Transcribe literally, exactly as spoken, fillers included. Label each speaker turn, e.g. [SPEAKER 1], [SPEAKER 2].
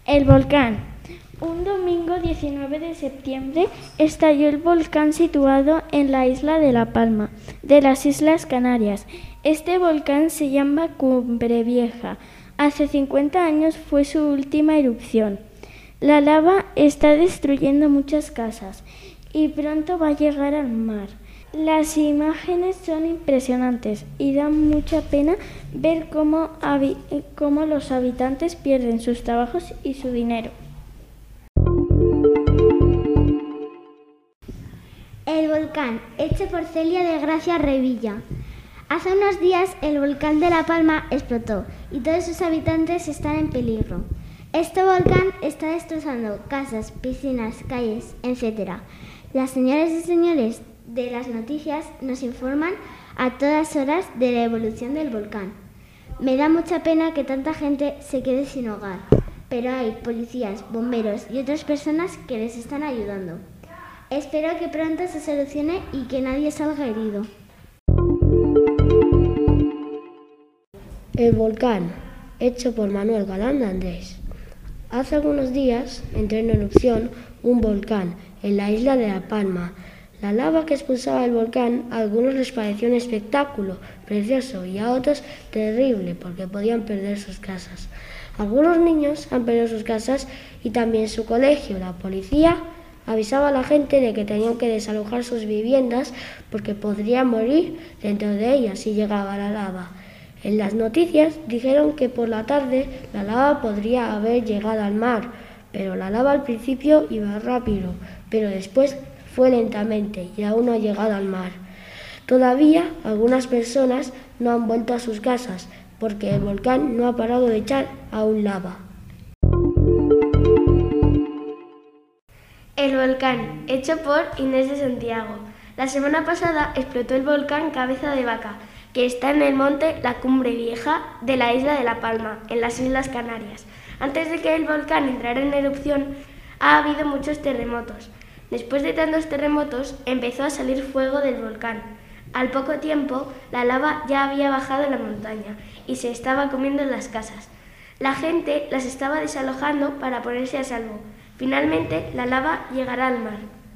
[SPEAKER 1] El volcán. Un domingo diecinueve de septiembre estalló el volcán situado en la isla de La Palma, de las Islas Canarias. Este volcán se llama Cumbre Vieja. Hace cincuenta años fue su última erupción. La lava está destruyendo muchas casas y pronto va a llegar al mar. Las imágenes son impresionantes y dan mucha pena ver cómo, cómo los habitantes pierden sus trabajos y su dinero.
[SPEAKER 2] El volcán, hecho por Celia de Gracia Revilla. Hace unos días el volcán de La Palma explotó y todos sus habitantes están en peligro. Este volcán está destrozando casas, piscinas, calles, etcétera. Las señoras y señores de las noticias nos informan a todas horas de la evolución del volcán. Me da mucha pena que tanta gente se quede sin hogar, pero hay policías, bomberos y otras personas que les están ayudando. Espero que pronto se solucione y que nadie salga herido.
[SPEAKER 3] El volcán, hecho por Manuel Galán de Andrés. Hace algunos días entró en erupción un volcán en la isla de La Palma. La lava que expulsaba el volcán a algunos les pareció un espectáculo precioso y a otros terrible porque podían perder sus casas. Algunos niños han perdido sus casas y también su colegio. La policía avisaba a la gente de que tenían que desalojar sus viviendas porque podrían morir dentro de ellas si llegaba la lava. En las noticias dijeron que por la tarde la lava podría haber llegado al mar, pero la lava al principio iba rápido, pero después fue lentamente y aún no ha llegado al mar. Todavía algunas personas no han vuelto a sus casas porque el volcán no ha parado de echar aún lava.
[SPEAKER 4] El volcán, hecho por Inés de Santiago. La semana pasada explotó el volcán Cabeza de Vaca, que está en el monte La Cumbre Vieja de la isla de La Palma, en las Islas Canarias. Antes de que el volcán entrara en erupción, ha habido muchos terremotos. Después de tantos terremotos, empezó a salir fuego del volcán. Al poco tiempo, la lava ya había bajado en la montaña y se estaba comiendo en las casas. La gente las estaba desalojando para ponerse a salvo. Finalmente, la lava llegará al mar.